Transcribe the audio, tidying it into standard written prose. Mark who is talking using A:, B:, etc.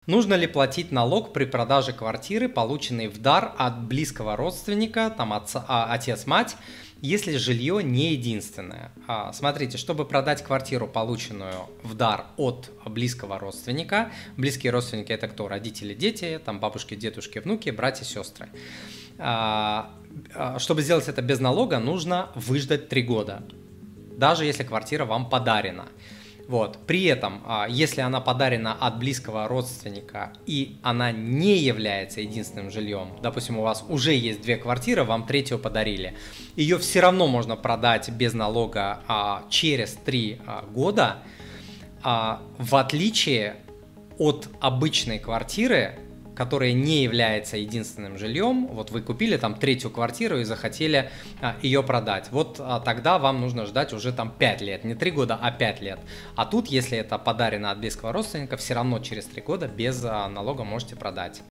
A: Нужно ли платить налог при продаже квартиры, полученной в дар от близкого родственника, там отец, мать, если жилье не единственное? Смотрите, чтобы продать квартиру, полученную в дар от близкого родственника, близкие родственники это кто? Родители, дети, там бабушки, дедушки, внуки, братья, сестры. Чтобы сделать это без налога, нужно выждать 3 года, даже если квартира вам подарена. Вот. При этом, если она подарена от близкого родственника и она не является единственным жильем, допустим, у вас уже есть 2 квартиры, вам 3-ю подарили, ее все равно можно продать без налога через 3 года, в отличие от обычной квартиры, которая не является единственным жильем. Вот вы купили там 3-ю квартиру и захотели ее продать. Вот тогда вам нужно ждать уже там 5 лет, не 3 года, а 5 лет. А тут, если это подарено от близкого родственника, все равно через 3 года без налога можете продать.